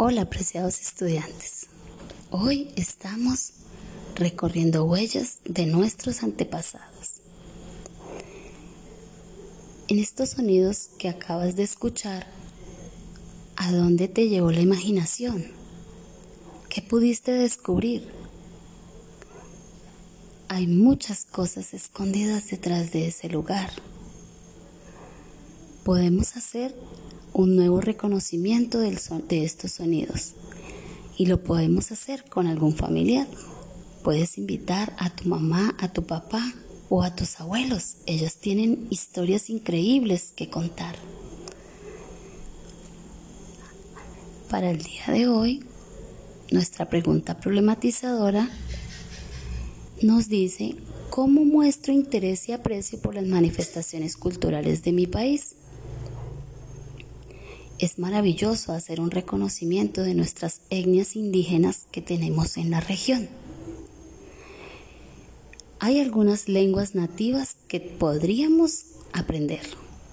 Hola, apreciados estudiantes. Hoy estamos recorriendo huellas de nuestros antepasados. En estos sonidos que acabas de escuchar, ¿a dónde te llevó la imaginación? ¿Qué pudiste descubrir? Hay muchas cosas escondidas detrás de ese lugar. Podemos hacer un nuevo reconocimiento de estos sonidos y lo podemos hacer con algún familiar. Puedes invitar a tu mamá, a tu papá o a tus abuelos. Ellos tienen historias increíbles que contar. Para el día de hoy, nuestra pregunta problematizadora nos dice: ¿cómo muestro interés y aprecio por las manifestaciones culturales de mi país? Es maravilloso hacer un reconocimiento de nuestras etnias indígenas que tenemos en la región. Hay algunas lenguas nativas que podríamos aprender.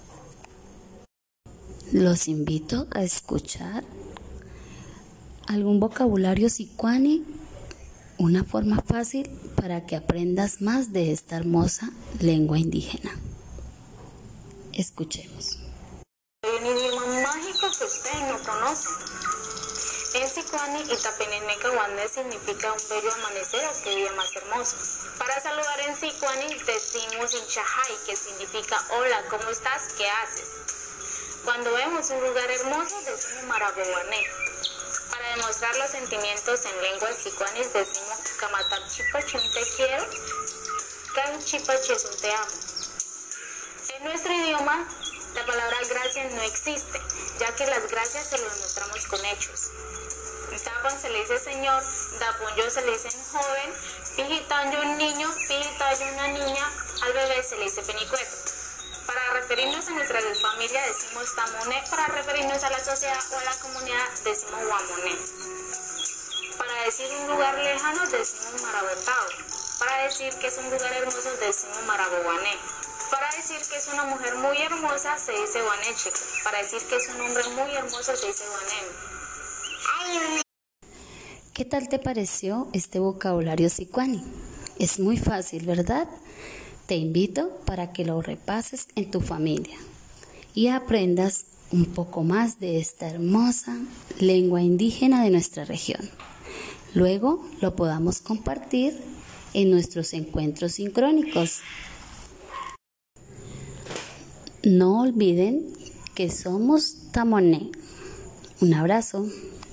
Los invito a escuchar algún vocabulario sicuani, una forma fácil para que aprendas más de esta hermosa lengua indígena. Escuchemos. Hay un idioma mágico que ustedes no conocen. En sicuani, Itapeneneca Guande significa un bello amanecer o qué día más hermoso. Para saludar en sicuani decimos inchajay, que significa hola, ¿cómo estás? ¿Qué haces? Cuando vemos un lugar hermoso decimos maragoguané. Para demostrar los sentimientos en lenguas sicuanis decimos kamatak chipachun te quiero, kan chipachun te amo. En nuestro idioma la palabra gracias no existe, ya que las gracias se las demostramos con hechos. Dapan se le dice señor, dapunyo se le dice joven, pijitanyo un niño, pijitayo una niña, al bebé se le dice penicueto. Para referirnos a nuestra familia decimos tamone, para referirnos a la sociedad o a la comunidad decimos guamone. Para decir un lugar lejano decimos marabotao. Para decir que es un lugar hermoso decimos maragoguané. Para decir que es una mujer muy hermosa se dice guanechica. Para decir que es un hombre muy hermoso se dice guanem. ¿Qué tal te pareció este vocabulario sicuani? Es muy fácil, ¿verdad? Te invito para que lo repases en tu familia y aprendas un poco más de esta hermosa lengua indígena de nuestra región. Luego lo podamos compartir en nuestros encuentros sincrónicos. No olviden que somos Tamoné. Un abrazo.